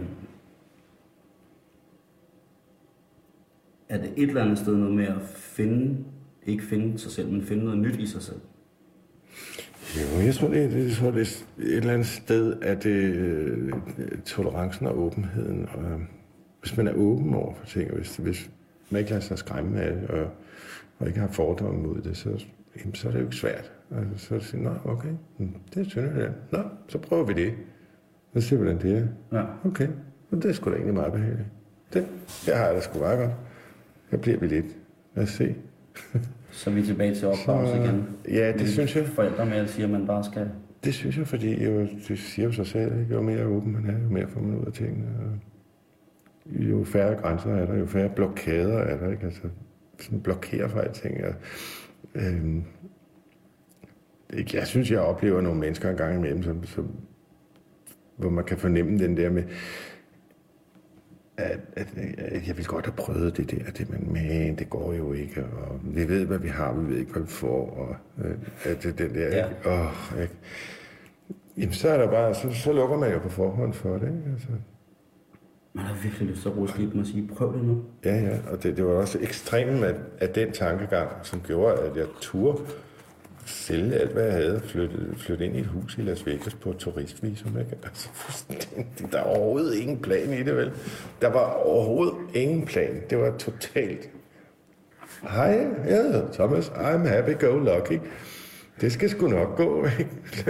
er det et eller andet sted noget med at finde, ikke finde sig selv, men finde noget nyt i sig selv? Jo, jeg tror, det er, det, jeg tror, det er et eller andet sted, at det øh, tolerancen og åbenheden. Og, øh, hvis man er åben over for ting, og hvis, hvis man ikke lader sig skræmme af det, og, og ikke har fordomme mod det, så, jamen, så er det jo ikke svært. Altså, så er det sådan, nå, okay, det er Sønderjylland. Nå, så prøver vi det. Så ser vi, hvordan det er. Ja. Okay, og det er sgu da egentlig meget behageligt. Det, jeg har det sgu meget godt. Jeg bliver vi lidt. Lad os se. Så er vi tilbage til opdragelse igen. Ja, det synes jeg. Forældre med at sige, at man bare skal... Det synes jeg, fordi jo, det siger jo sig selv, ikke? Jo mere åben man er, jo mere får man ud af tingene. Og jo færre grænser er der, jo færre blokader er der, ikke? Altså, sådan blokerer for alting. Og, øhm, jeg synes, jeg oplever nogle mennesker en gang imellem, som, som, hvor man kan fornemme den der med... at, at, at jeg ville godt have prøvet det der, det, men, men det går jo ikke, og vi ved, hvad vi har, vi ved ikke, hvad vi får, og øh, at det, den der, Ja. ikke? Åh, ikke? Jamen, så er der bare, så, så lukker man jo på forhånd for det, ikke? Altså. Man har virkelig lyst til at ruske lidt og sige, prøv det nu. Ja, ja, og det, det var også ekstremt af, af den tankegang, som gjorde, at jeg turde sælge alt, hvad jeg havde, flytte, flytte ind i et hus i Las Vegas på et turistvisum, ikke? Altså, fuldstændig. Der er overhovedet ingen plan i det, vel? Der var overhovedet ingen plan. Det var totalt. Hej, jeg hedder Thomas. I'm happy go lucky. Det skal sgu nok gå, ikke?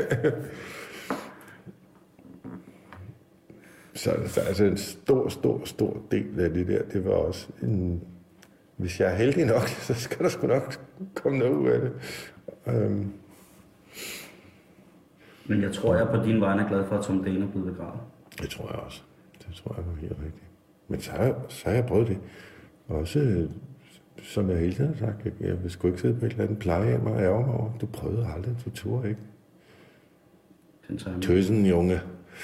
Så altså en stor, stor, stor del af det der, det var også en... Hvis jeg er heldig nok, så skal der sgu nok komme noget ud af det. Um... Men jeg tror, jeg på din vegne er glad for, at Tom Dane er blevet begravet. Det tror jeg også. Det tror jeg var helt rigtigt. Men så har, jeg, så har jeg prøvet det. Også, som jeg hele tiden har sagt, jeg, jeg vil sgu ikke sidde på et eller andet plejehjem og ærge mig over. Du prøvede aldrig, du turde ikke. Den tager jeg med. Tøsen, junge.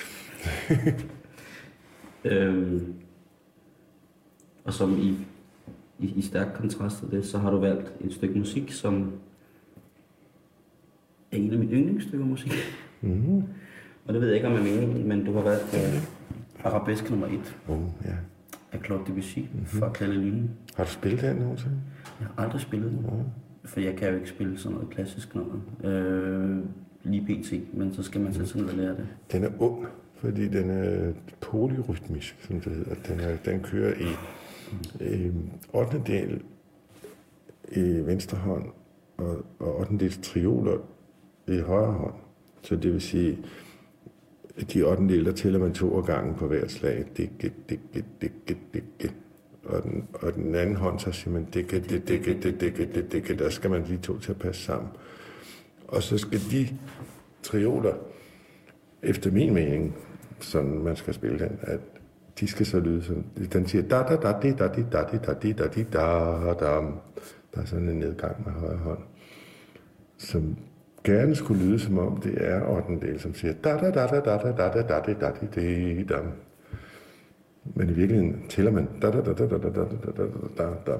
øhm, og som i, i, i stærk kontrast til det, så har du valgt et stykke musik, som er en af mine yndlingsstykker musik. Mm. Og det ved jeg ikke, om jeg mener, men du har valgt uh, Arabesk nummer et Oh, ja. af Claude Debussy Mm-hmm. fra Claire Lune. Har du spillet den nogensinde? Jeg har aldrig spillet den, Oh. for jeg kan jo ikke spille sådan noget klassisk noget. Øh, lige pt, men så skal man sætte sig ned og lære det. Den er ung, fordi den er polyrytmisk, som det hedder. Den, er, den kører i øh, ottende del i venstre hånd og, og ottende dels trioler i højre hånd. Så det vil sige, de ottende del, der tæller man to af gangen på hver slag. Digge, digge, digge, digge. Og den, og den anden hånd, så siger man digge, digge, digge, digge, digge, digge. Der skal man lige to til at passe sammen. Og så skal de trioler, efter min mening, sådan man skal spille den, at de skal så lyde sådan, den siger da da da di da di da di da di da di da da. Der er sådan en nedgang med højre hånd, som gerne skulle lyde som om det er ottendel, som siger da da da da da da da da da da da da. Men i virkeligheden tæller man da da da da da da da da da da.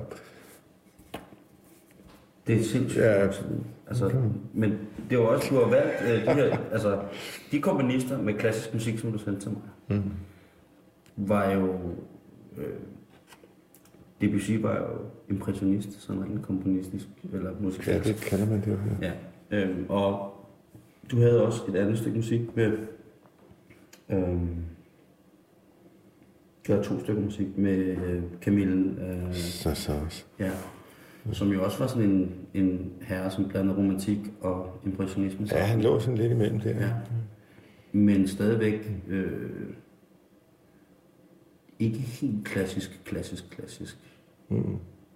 Det er sindssygt. Ja. Altså, okay. Men det var også, du har valgt øh, de her, altså, de komponister med klassisk musik, som du sendte til mig, mm. var jo, øh, Debussy var jo impressionist, sådan en komponistisk, eller musikalsk. Ja, det kalder man det jo. Ja, ja. Øhm, og du havde også et andet stykke musik med, øhm, du havde to stykker musik med øh, Camille øh, Saint-Saëns. Ja, som jo også var sådan en, en herre, som blandede romantik og impressionisme. Ja, han lå sådan lidt imellem der. Ja. Men stadigvæk øh, ikke helt klassisk, klassisk, klassisk. Mm.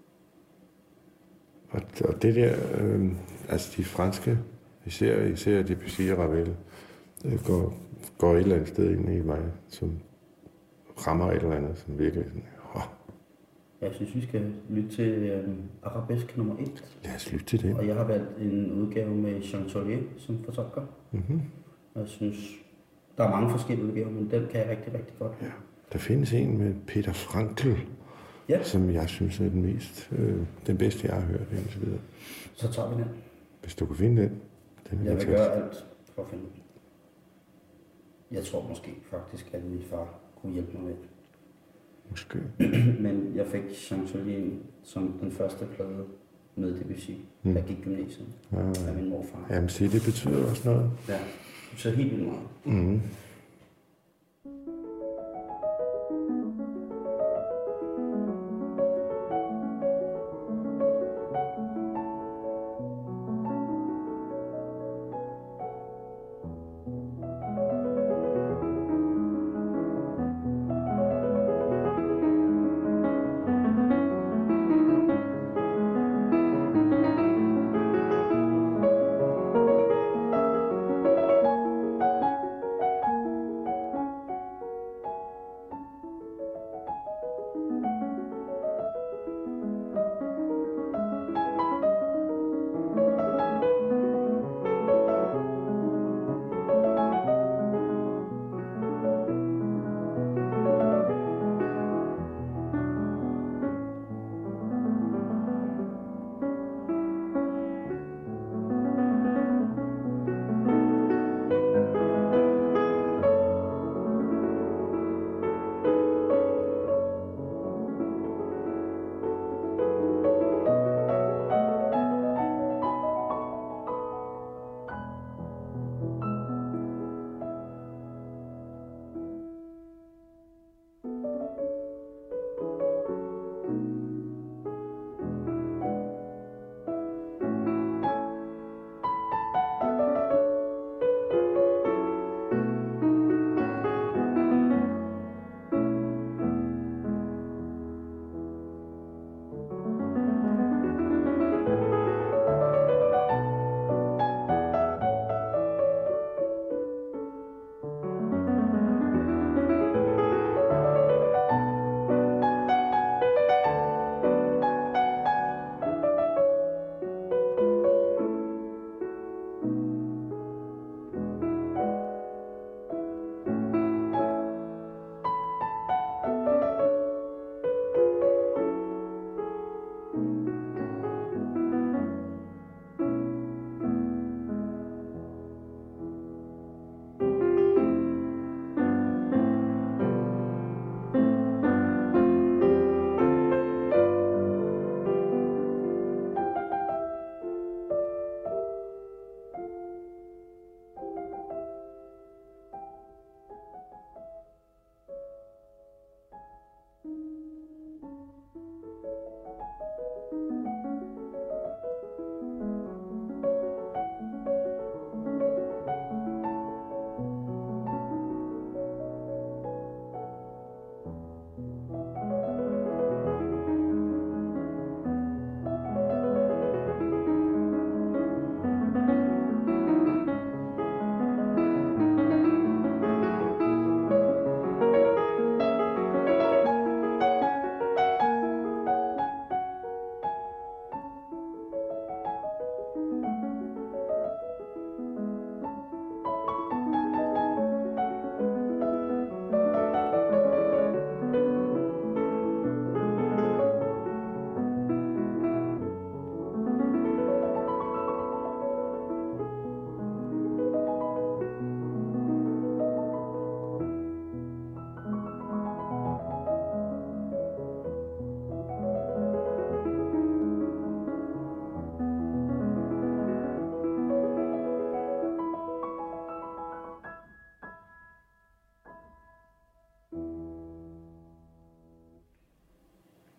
Og, og det der, øh, altså de franske, især, især Debussy og Ravel, øh, går, går et eller andet sted ind i mig, som rammer et eller andet, som virkelig sådan, åh. Jeg synes, vi skal lytte til øh, Arabesk nummer et. Lad os lytte til det. Og jeg har valgt en udgave med Chancelier som fortolker. Mm-hmm. Og jeg synes, der er mange forskellige udgaver, men den kan jeg rigtig, rigtig godt. Ja. Der findes en med Peter Frankl, ja. Som jeg synes er den mest, øh, den bedste, jeg har hørt indtil videre. Så tager vi den. Hvis du kan finde den. den jeg vil gøre alt for at finde den. Jeg tror måske faktisk, at min far kunne hjælpe mig med. Måske. Men jeg fik Chancelier som den første plade med Debussy, mm. jeg gik gymnasiet ah, af min morfar. Jamen se, det betyder også noget. Ja, så helt vildt meget. Mm.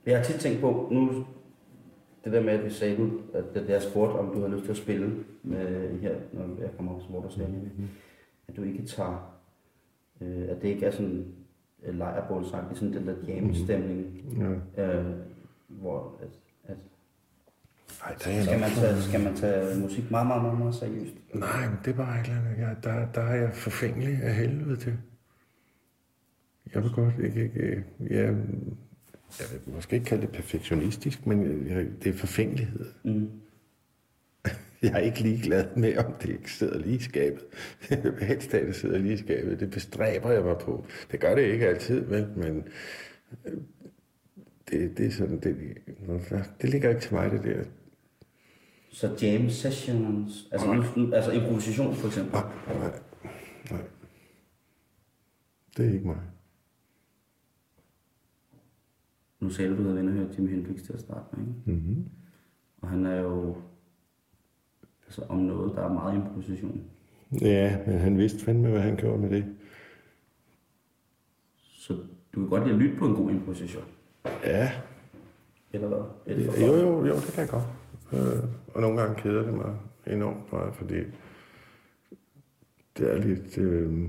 Jeg har tit tænkt på, nu det der med, at vi sagde nu, at det der sport, om du har lyst til at spille med her, når jeg kommer op til Vortersdalen, mm-hmm. at du ikke tager, øh, at det ikke er sådan øh, lejrbålsang, det er sådan den der jam-stemning, mm-hmm. øh, hvor at, at Ej, skal, man tage, skal man tage musik meget, meget, meget, meget seriøst? Nej, men det er bare ikke andet. Jeg, der, der er jeg forfængelig af helvede til. Jeg vil godt ikke... ikke jeg, jeg vil måske ikke kalde det perfektionistisk, men jeg, det er forfængelighed. Mm. Jeg er ikke ligeglad med, om det ikke sidder lige i skabet. Helst af det sidder lige i skabet. Det bestræber jeg mig på. Det gør det ikke altid, vel, men det, det er sådan... Det, det ligger ikke til mig, det der. Så jam sessions, altså, nej. altså improvisation for eksempel? Nej, nej, nej. Det er ikke mig. Nu sagde du, at du havde venner hørt Jimi Hendrix til at starte med, ikke? Mm-hmm. Og han er jo altså, om noget, der er meget improvisation. Ja, men han vidste fandme, hvad han gjorde med det. Så du kan godt lide at lytte på en god improvisation? Ja. Eller hvad? Er det jo, jo, jo, det kan jeg godt. Øh, og nogle gange keder det mig enormt meget, fordi det er lidt... Øh...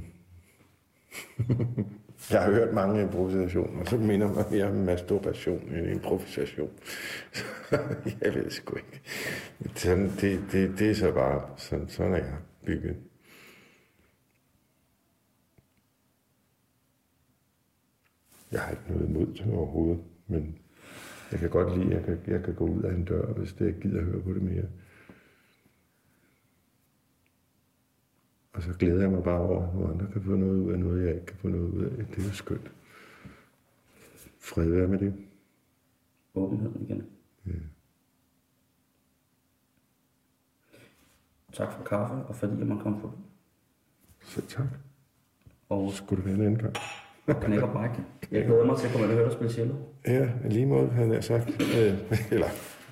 jeg har hørt mange improvisationer, og så minder mig mere om masturbation end improvisation. Jeg ved sgu ikke. Sådan, det, det, det er så bare... Sådan, sådan er jeg bygget. Jeg har ikke noget imod det overhovedet, men... Jeg kan godt lide, at jeg kan, jeg kan gå ud af en dør, hvis det ikke gider at høre på det mere. Og så glæder jeg mig bare over, hvor andre kan få noget ud af noget, jeg ikke kan få noget ud af. Det er jo skønt. Fred være med det. Åbenheden igen. Ja. Tak for kaffe, og fordi man kom forbi. Så tak. Og skulle det være en anden gang. Knæk og brække. Jeg glæder mig til at komme og høre dig spille cello. Ja, lige måde, han har sagt. Øh, eller...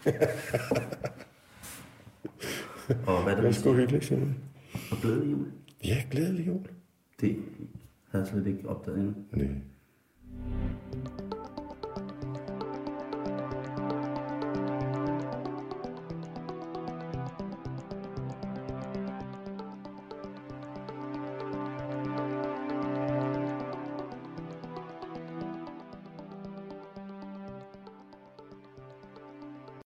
Og hvad er det, det er sgu hyggeligt, Simon. Og glædelig jul. Ja, glædelig jul. Det havde jeg slet ikke opdaget endnu. Nej.